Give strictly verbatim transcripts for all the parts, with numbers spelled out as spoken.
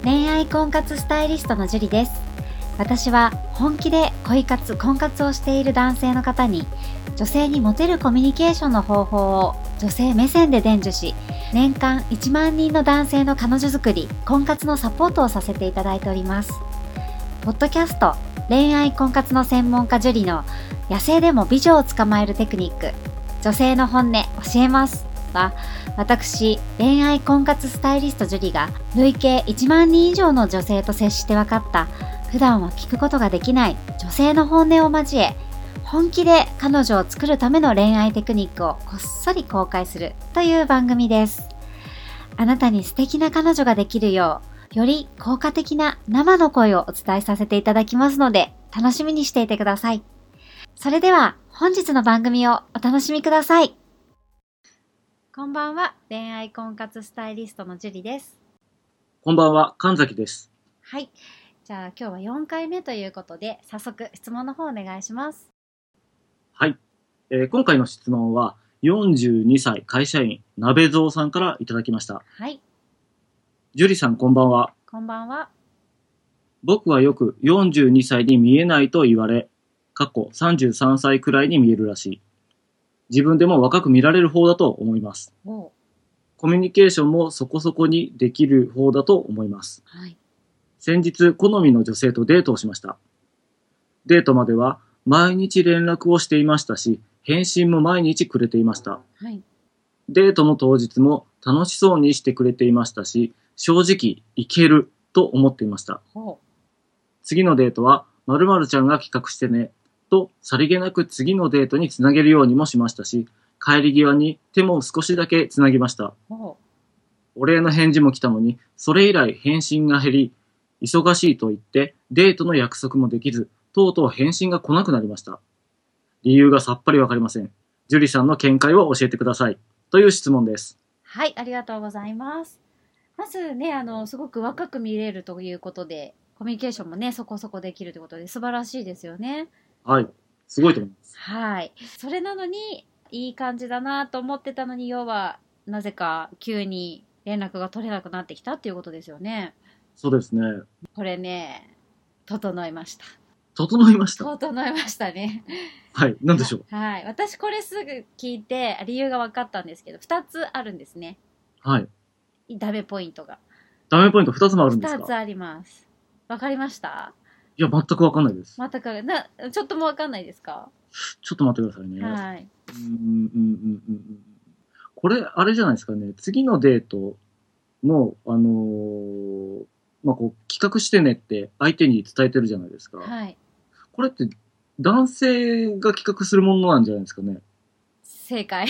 恋愛婚活スタイリストのジュリです。私は本気で恋活婚活をしている男性の方に、女性にモテるコミュニケーションの方法を女性目線で伝授し、年間いちまんにんの男性の彼女作り、婚活のサポートをさせていただいております。ポッドキャスト恋愛婚活の専門家ジュリの野生でも美女を捕まえるテクニック、女性の本音教えますは、私恋愛婚活スタイリストジュリが累計いちまんにん以上の女性と接して分かった普段は聞くことができない女性の本音を交え、本気で彼女を作るための恋愛テクニックをこっそり公開するという番組です。あなたに素敵な彼女ができるよう、より効果的な生の声をお伝えさせていただきますので、楽しみにしていてください。それでは本日の番組をお楽しみください。こんばんは、恋愛婚活スタイリストのジュリです。 こんばんは、神崎です。 はい、じゃあ今日はよんかいめということで、早速質問の方お願いします。 はい、えー、今回の質問はよんじゅうにさい会社員鍋蔵さんからいただきました。 はい。 ジュリさん、こんばんは。 こんばんは。 僕はよくよんじゅうにさいに見えないと言われ、過去さんじゅうさんさいくらいに見えるらしい。自分でも若く見られる方だと思います。 おう。 コミュニケーションもそこそこにできる方だと思います。 はい。 先日好みの女性とデートをしました。デートまでは毎日連絡をしていましたし、返信も毎日くれていました。 はい。 デートの当日も楽しそうにしてくれていましたし、正直いけると思っていました。 ほう。 次のデートは〇〇ちゃんが企画してねとさりげなく次のデートにつなげるようにもしましたし、帰り際に手も少しだけつなぎました。 ほう。 お礼の返事も来たのに、それ以来返信が減り、忙しいと言ってデートの約束もできず、とうとう返信が来なくなりました。理由がさっぱりわかりません。ジュリさんの見解を教えてください。という質問です。 はい、ありがとうございます。まずね、あの、すごく若く見れるということで、コミュニケーションもね、そこそこできるということで素晴らしいですよね。 はい、すごいと思います。 はい。それなのに、いい感じだなと思ってたのに、要は、なぜか急に連絡が取れなくなってきたっていうことですよね。 そうですね。 これね、整いました。 整いました。 整いましたね。 はい、なんでしょう。 はい。私これすぐ聞いて理由が分かったんですけど、ふたつあるんですね。 はい。 ダメポイントが。 ダメポイントふたつもあるんですか？ ふたつあります。分かりました？ いや、全くわかんないです。 全くな、ちょっとも分かんないですか？ ちょっと待ってくださいね。 はい。 うんうんうんうんうん。これ、あれじゃないですかね。次のデートの、あのー、まあ、こう、企画してねって相手に伝えてるじゃないですか。 はい。 これって男性が企画するものなんじゃないですかね。 正解。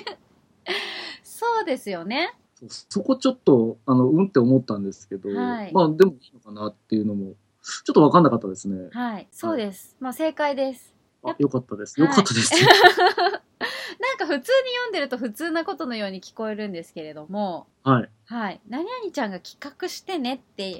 そうですよね。 そ、そこちょっと、あの、うんって思ったんですけど、 はい。 まあ、でもいいのかなっていうのも、ちょっとわかんなかったですね。 はい。そうです。まあ正解です。 あ、よかったです。よかったです。 なんか普通に読んでると普通なことのように聞こえるんですけれども、 はい。 はい。何々ちゃんが企画してねって、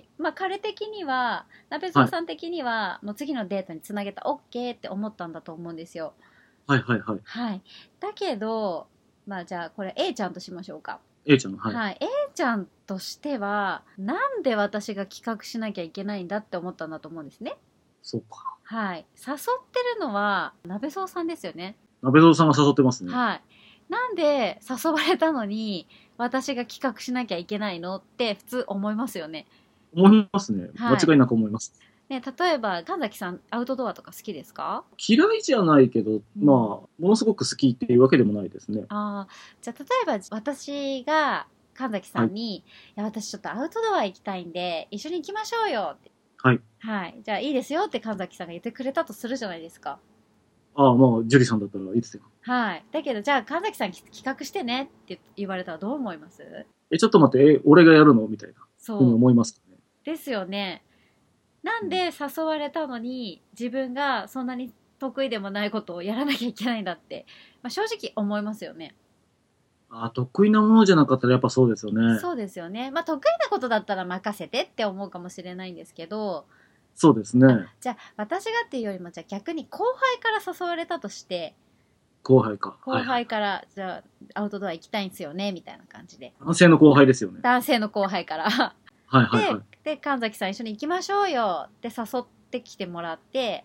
まあ彼的には、鍋蔵さん的には、もう次のデートにつなげた OK って思ったんだと思うんですよ。 はいはいはい。 はい。だけど、まあじゃあこれ A ちゃんとしましょうか。 A ちゃんの、はい。 はい。A ちゃんとしては、なんで私が企画しなきゃいけないんだって思ったんだと思うんですね。 そうか。 はい。誘ってるのは、鍋蔵さんですよね。 鍋蔵さんが誘ってますね。 はい。なんで誘われたのに私が企画しなきゃいけないのって普通思いますよね。 思いますね。 はい、 間違いなく思います。 ね、例えば神崎さんアウトドアとか好きですか？ 嫌いじゃないけど、 うん、 まあものすごく好きっていうわけでもないですね。 ああ、じゃあ例えば私が神崎さんに、はい、いや私ちょっとアウトドア行きたいんで一緒に行きましょうよって、 はい、 はい、じゃあいいですよって神崎さんが言ってくれたとするじゃないですか。 ああ、まあジュリさんだったらいいですよ。 はい。だけどじゃあ神崎さん企画してねって言われたらどう思います？ え、ちょっと待って、え、俺がやるのみたいな。そう。ふうに思いますかね。 ですよね。なんで誘われたのに自分がそんなに得意でもないことをやらなきゃいけないんだって、まあ、正直思いますよね。 あ、得意なものじゃなかったらやっぱそうですよね。 そうですよね。まあ得意なことだったら任せてって思うかもしれないんですけど、 そうですね。 じゃあ私がっていうよりもじゃあ逆に後輩から誘われたとして、 後輩か。 後輩から、はいはい、じゃあアウトドア行きたいんですよねみたいな感じで。 男性の後輩ですよね。 男性の後輩から。 はいはいはい。で、 で神崎さん一緒に行きましょうよって誘ってきてもらって、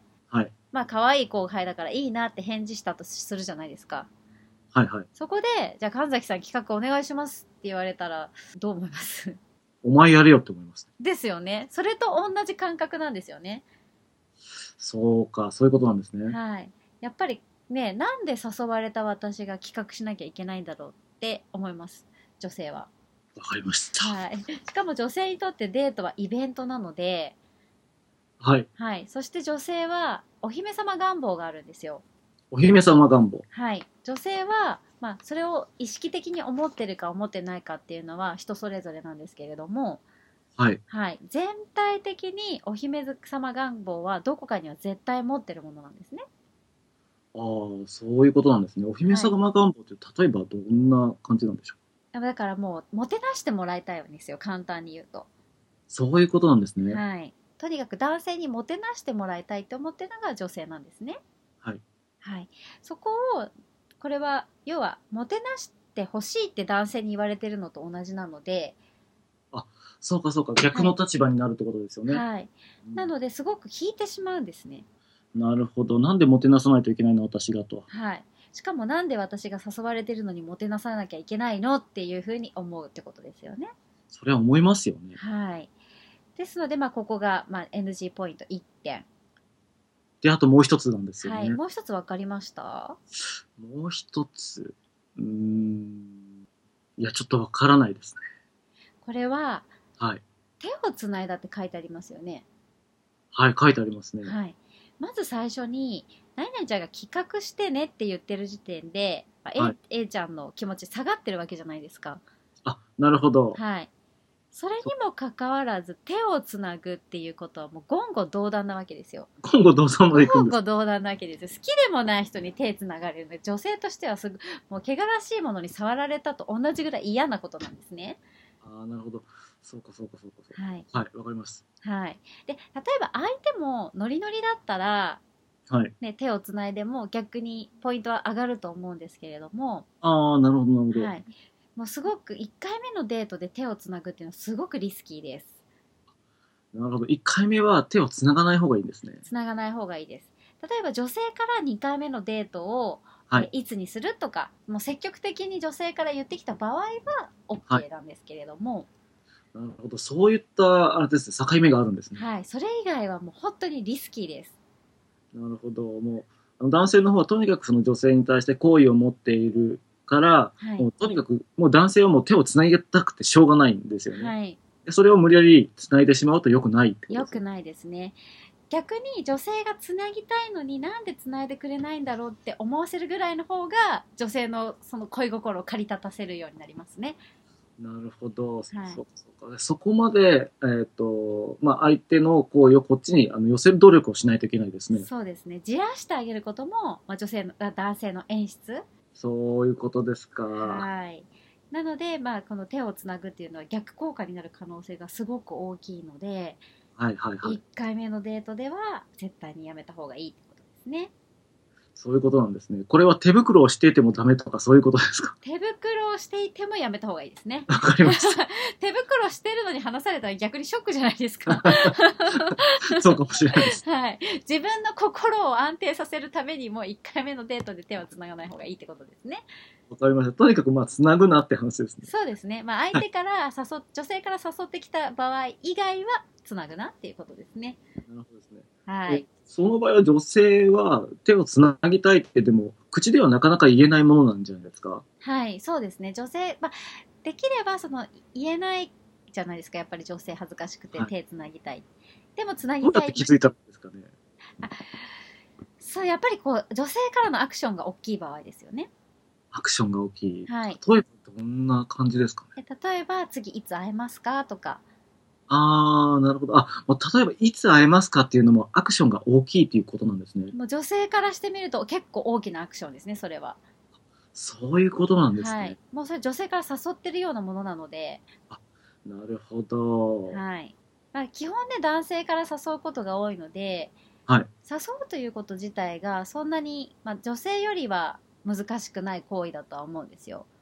はい。 まあ可愛い後輩だからいいなって返事したとするじゃないですか。 はいはい。 そこでじゃあ神崎さん企画お願いしますって言われたらどう思いますお前やれよって思います。 ですよね。それと同じ感覚なんですよね。 そうか、そういうことなんですね。 はい。やっぱりね、なんで誘われた私が企画しなきゃいけないんだろうって思います、女性は。 わかりました。 はい。しかも女性にとってデートはイベントなので、 はい。 はい。そして女性はお姫様願望があるんですよ。 お姫様願望。 はい。女性は、まあ、それを意識的に思ってるか思ってないかっていうのは人それぞれなんですけれども、 はい。 はい。全体的にお姫様願望はどこかには絶対持ってるものなんですね。 ああ、そういうことなんですね。お姫様願望って例えばどんな感じなんでしょう。 だからもうもてなしてもらいたいんですよ、簡単に言うと。 そういうことなんですね。 はい。とにかく男性にもてなしてもらいたいと思ってるのが女性なんですね。 はい。 はい。そこを、これは要はもてなしてほしいって男性に言われてるのと同じなので、 そうかそうか、逆の立場になるってことですよね。 はい。なのですごく引いてしまうんですね。 なるほど。なんでもてなさないといけないの私がと。 はい。しかもなんで私が誘われてるのにもてなさなきゃいけないのっていうふうに思うってことですよね。 それは思いますよね。 はい。ですので、まあ、ここが、まあ、エヌジー ポイントいってん。 で、あともう一つなんですよね。 はい。もう一つ分かりました？ もう一つ。うーん。いや、ちょっとわからないですね。 これは、 はい。 手をつないだって書いてありますよね。 はい、書いてありますね。 はい。まず最初に、何々ちゃんが企画してねって言ってる時点で、まあはい A, A ちゃんの気持ち下がってるわけじゃないですか。 あ、なるほど。 はい。それにもかかわらず手をつなぐっていうことはもう言語道断なわけですよ。 今後どうぞまで行くん言です語道断なわけですよ。好きでもない人に手つながれるので、女性としてはすぐもう汚らしいものに触られたと同じぐらい嫌なことなんですね。 ああ、なるほど。そうか、そうか、そうか、そうか。 はい。 はい、わかります。 はい。で、例えば相手もノリノリだったら、 はい。 ね、手をつないでも逆にポイントは上がると思うんですけれども、 ああ、なるほど、なるほど。 はい。もうすごくいっかいめのデートで手をつなぐっていうのはすごくリスキーです。 なるほど。いっかいめは手をつながない方がいいんですね。 つながない方がいいです。例えば女性からにかいめのデートを、 はいえいつにするとか、もう積極的に女性から言ってきた場合はは OK なんですけれども、 なるほど。そういった、あれですね、境目があるんですね。 はい、それ以外はもう本当にリスキーです。 なるほど。もう、あの男性の方はとにかくその女性に対して好意を持っているから、 はいもうとにかく、もう男性はもう手をつなぎたくてしょうがないんですよね。 はい、 でそれを無理やりつないでしまうと良くないってことですね。 良くないですね。逆に女性がつなぎたいのになんでつないでくれないんだろうって思わせるぐらいの方が女性のその恋心を駆り立たせるようになりますね。 なるほど。 はいそうそうか。そこまで、えっ、と、まあ、相手の行為をこっちにあの寄せる努力をしないといけないですね。 そうですね。じらしてあげることも、まあ、女性のあ男性の演出。 そういうことですか。 はい。なので、まあ、この手をつなぐっていうのは逆効果になる可能性がすごく大きいので、 はいはいはい。 いっかいめのデートでは絶対にやめた方がいいってことですね。 そういうことなんですね。これは手袋をしていてもダメとかそういうことですか。 手袋をしていてもやめた方がいいですね。 わかりました。 手袋してるのに話されたら逆にショックじゃないですか。 そうかもしれないです。 はい。自分の心を安定させるためにもいっかいめのデートで手はつながない方がいいってことですね。 わかりました。とにかくまあつなぐなって話ですね。 そうですね。まあ相手から誘っ、女性から誘ってきた場合以外はつなぐなっていうことですね。 なるほどですね。 はいえ。その場合は女性は手をつなぎたいってでも口ではなかなか言えないものなんじゃないですか。 はい、そうですね。女性、まあ、できればその言えないじゃないですか。やっぱり女性恥ずかしくてはい手つなぎたい。でもつなどうやぎたい。 って気づいたんですかね。 そう、やっぱりこう女性からのアクションが大きい場合ですよね。 アクションが大きい。 はい。 例えばどんな感じですかね。 え例えば次いつ会えますかとか。 ああ、なるほど。あ、もう例えばいつ会えますかっていうのもアクションが大きいということなんですね。 もう女性からしてみると結構大きなアクションですね、それは。 そういうことなんですね。 はい。もうそれ女性から誘ってるようなものなので、 なるほど。 はい。まあ、基本ね、男性から誘うことが多いので、 はい。 誘うということ自体がそんなに、まあ、女性よりは難しくない行為だとは思うんですよ。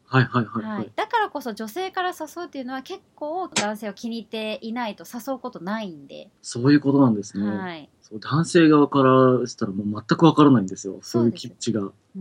はいはいはいははいい、だからこそ女性から誘うっていうのは結構男性を気に入っていないと誘うことないんで、 そういうことなんですね。 はい、 そう男性側からしたらもう全くわからないんですよ。そういう気持ちが。 うん、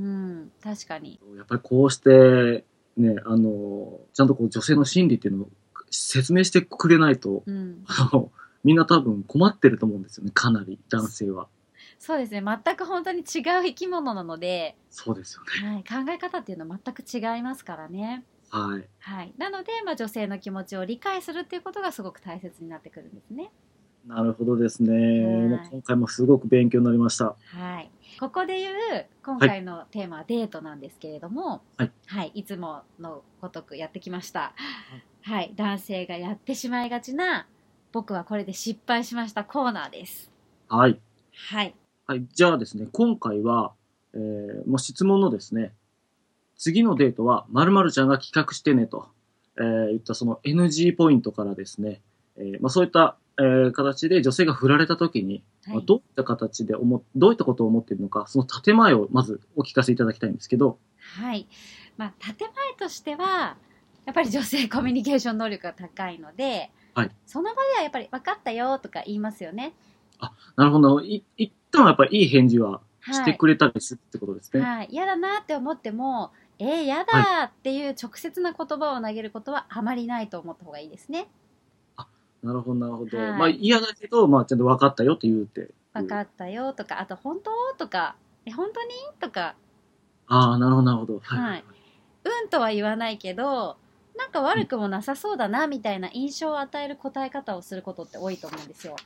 確かに。 やっぱりこうしてね、あのちゃんとこう女性の心理っていうのを説明してくれないと、 うん、 あのみんな多分困ってると思うんですよね。かなり男性は。 そうですね、全く本当に違う生き物なので、 そうですよね。 はい、考え方っていうのは全く違いますからね。 はい。 はい、なので、まあ、女性の気持ちを理解するっていうことがすごく大切になってくるんですね。 なるほどですね。もうはい今回もすごく勉強になりました。 はい、ここで言う今はい回のテーマはデートなんですけれども、 はい、 はい、いつものごとくやってきました。はい、男性がやってしまいがちな僕はこれで失敗しましたコーナーです。 はい。 はい、 はい。じゃあですね、今回は、えー、もう質問のですね、次のデートは〇〇ちゃんが企画してねと、えー、言ったその エヌジー ポイントからですね、えーまあ、そういった、えー形で女性が振られた時に、 はいまあ、どういった形で思っどういったことを思っているのか、その建前をまずお聞かせいただきたいんですけど。 はい、まあ、建前としてはやっぱり女性コミュニケーション能力が高いので、 はい、 その場ではやっぱり分かったよとか言いますよね。 あ、なるほど。い一旦はやっぱりいい返事はしはい、 てくれたりするってことですね。 はい、嫌だなって思ってもえー、やはい、 だっていう直接な言葉を投げることはあまりないと思った方がいいですね。 なるほど、なるほど。 はいまあ嫌だけど、まあちゃんと分かったよって言うっていう。 分かったよとか、あと本当とか、え本当にとか、 ああ、なるほど、なるほど。はい。 はい、うんとは言わないけど、なんか悪くもなさそうだなみたいな印象を与える答え方をすることって多いと思うんですよ。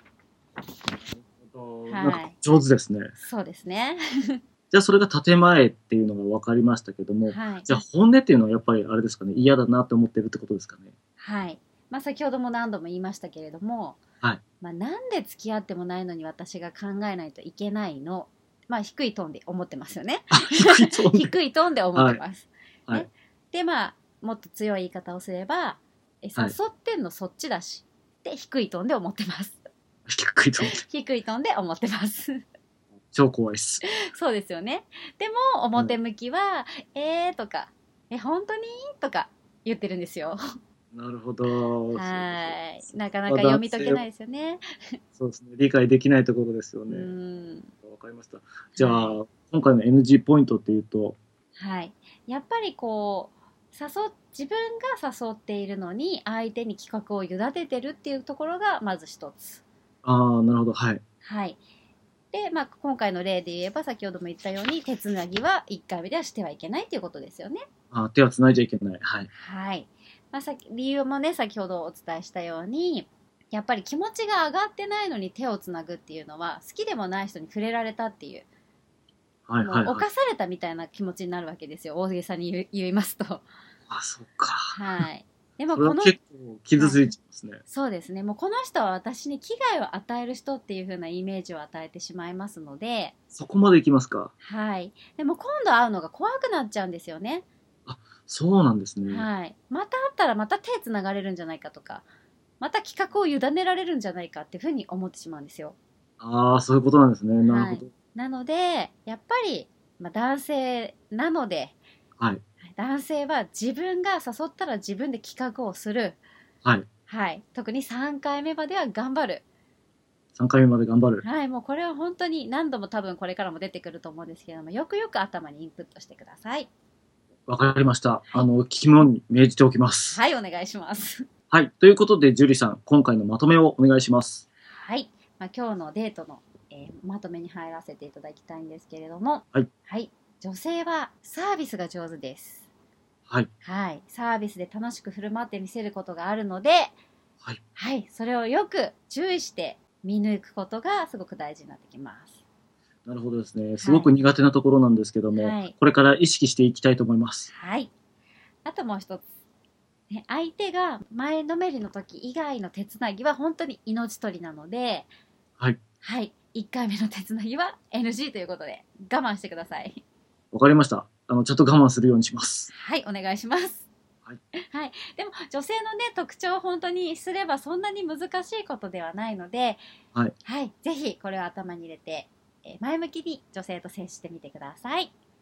なんかはい、 上手ですね。 そうですね。 じゃあそれが建前っていうのが分かりましたけども、 はい、 じゃあ本音っていうのはやっぱりあれですかね、嫌だなって思ってるってことですかね。 はい、まあ、先ほども何度も言いましたけれども、 はい。 まあ、なんで付き合ってもないのに私が考えないといけないの、まあ、低いトーンで思ってますよね。 低いトーンで。 低いトーンで思ってます。 はい。 ね、でまあもっと強い言い方をすれば、えはい誘ってんのそっちだしって低いトーンで思ってます。 低いトーンで。 低いトーンで思ってます超怖いっす。 そうですよね。でも表向きは「えー」とか「え本当に?」とか言ってるんですよ。 なるほど。 はいそうなかなか読み解けないですよね。 そうですね。理解できないところですようね。 んわかりました。じゃあ、 は今回の エヌジー ポイントっていうと、 はいやっぱりこう誘っ自分が誘っているのに相手に企画を委ねてるっていうところがまず一つ。 ああ、なるほど。はい。 はいで、まあ、今回の例で言えば先ほども言ったように手つなぎはいっかいめではしてはいけないということですよね。 あー手は繋いじゃいけない。はい。 はいまあ、さ理由もね先ほどお伝えしたようにやっぱり気持ちが上がってないのに手をつなぐっていうのは好きでもない人に触れられたっていう、 はいはいはい。 もう犯されたみたいな気持ちになるわけですよ、大げさに言い言いますと。 あ、そっか。 はいでもそれはこの結構傷ついちゃいますね。 そうですねもうこの人は私に危害を与える人っていう風なイメージを与えてしまいますので、 そこまでいきますか。 はいでも今度会うのが怖くなっちゃうんですよね。 そうなんですね。 はい、また会ったらまた手つながれるんじゃないかとかまた企画を委ねられるんじゃないかっていうふうに思ってしまうんですよ。 ああ、そういうことなんですね。なるほど。 なのでやっぱり、まあ、男性なのではい。 男性は自分が誘ったら自分で企画をする、 はい。 はい、特にさんかいめまでは頑張る、 さんかいめまで頑張る。 はい、もうこれは本当に何度も多分これからも出てくると思うんですけれどもよくよく頭にインプットしてください。 わかりました。あの、肝に銘じておきます。 はいお願いします。 はい。ということで、ジュリさん、今回のまとめをお願いします。 はい、まあ、今日のデートの、えーまとめに入らせていただきたいんですけれども、 はいはい、女性はサービスが上手です。 はい。 はい、サービスで楽しく振る舞ってみせることがあるので、 はい。 はい、それをよく注意して見抜くことがすごく大事になってきます。 なるほどですね。すごく苦手なところなんですけども、 はいこれから意識していきたいと思います。 はい、あともう一つ、ね、相手が前のめりの時以外の手つなぎは本当に命取りなので、 はい。 はい、いっかいめの手つなぎは エヌジー ということで我慢してください。 わかりました。あの、ちょっと我慢するようにします。 はいお願いします。 はい、 はい、でも女性のね特徴を本当にすればそんなに難しいことではないので、 はいはい、ぜひこれを頭に入れて、えー前向きに女性と接してみてください。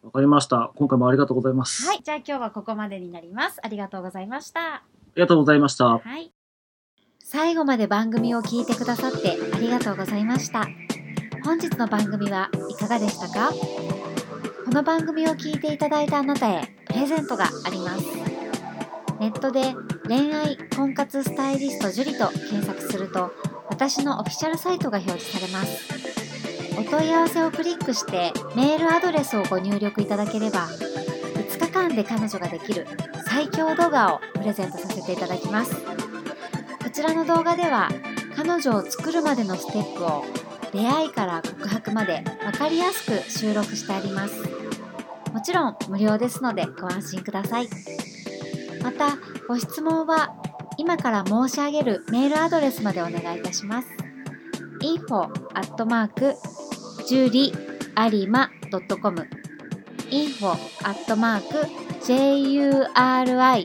わかりました。今回もありがとうございます。 はい。じゃあ今日はここまでになります。ありがとうございました。 ありがとうございました。 はい。最後まで番組を聞いてくださってありがとうございました。本日の番組はいかがでしたか？この番組を聞いていただいたあなたへプレゼントがあります。ネットで恋愛婚活スタイリストジュリと検索すると私のオフィシャルサイトが表示されます。お問い合わせをクリックしてメールアドレスをご入力いただければいつかかんで彼女ができる最強動画をプレゼントさせていただきます。こちらの動画では彼女を作るまでのステップを出会いから告白まで分かりやすく収録してあります。もちろん無料ですのでご安心ください。またご質問は今から申し上げるメールアドレスまでお願いいたします。インフォ アットマーク ジュリアリマ ドットコム インフォ アットマーク ジュリアリマ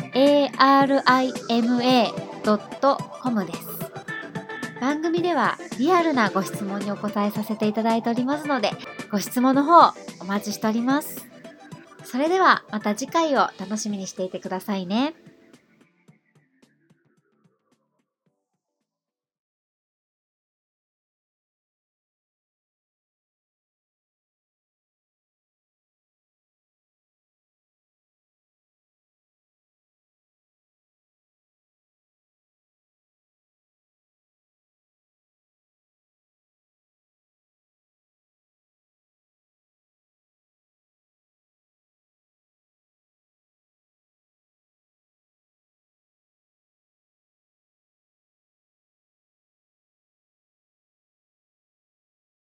ドットコム です。番組ではリアルなご質問にお答えさせていただいておりますので、ご質問の方お待ちしております。それではまた次回を楽しみにしていてくださいね。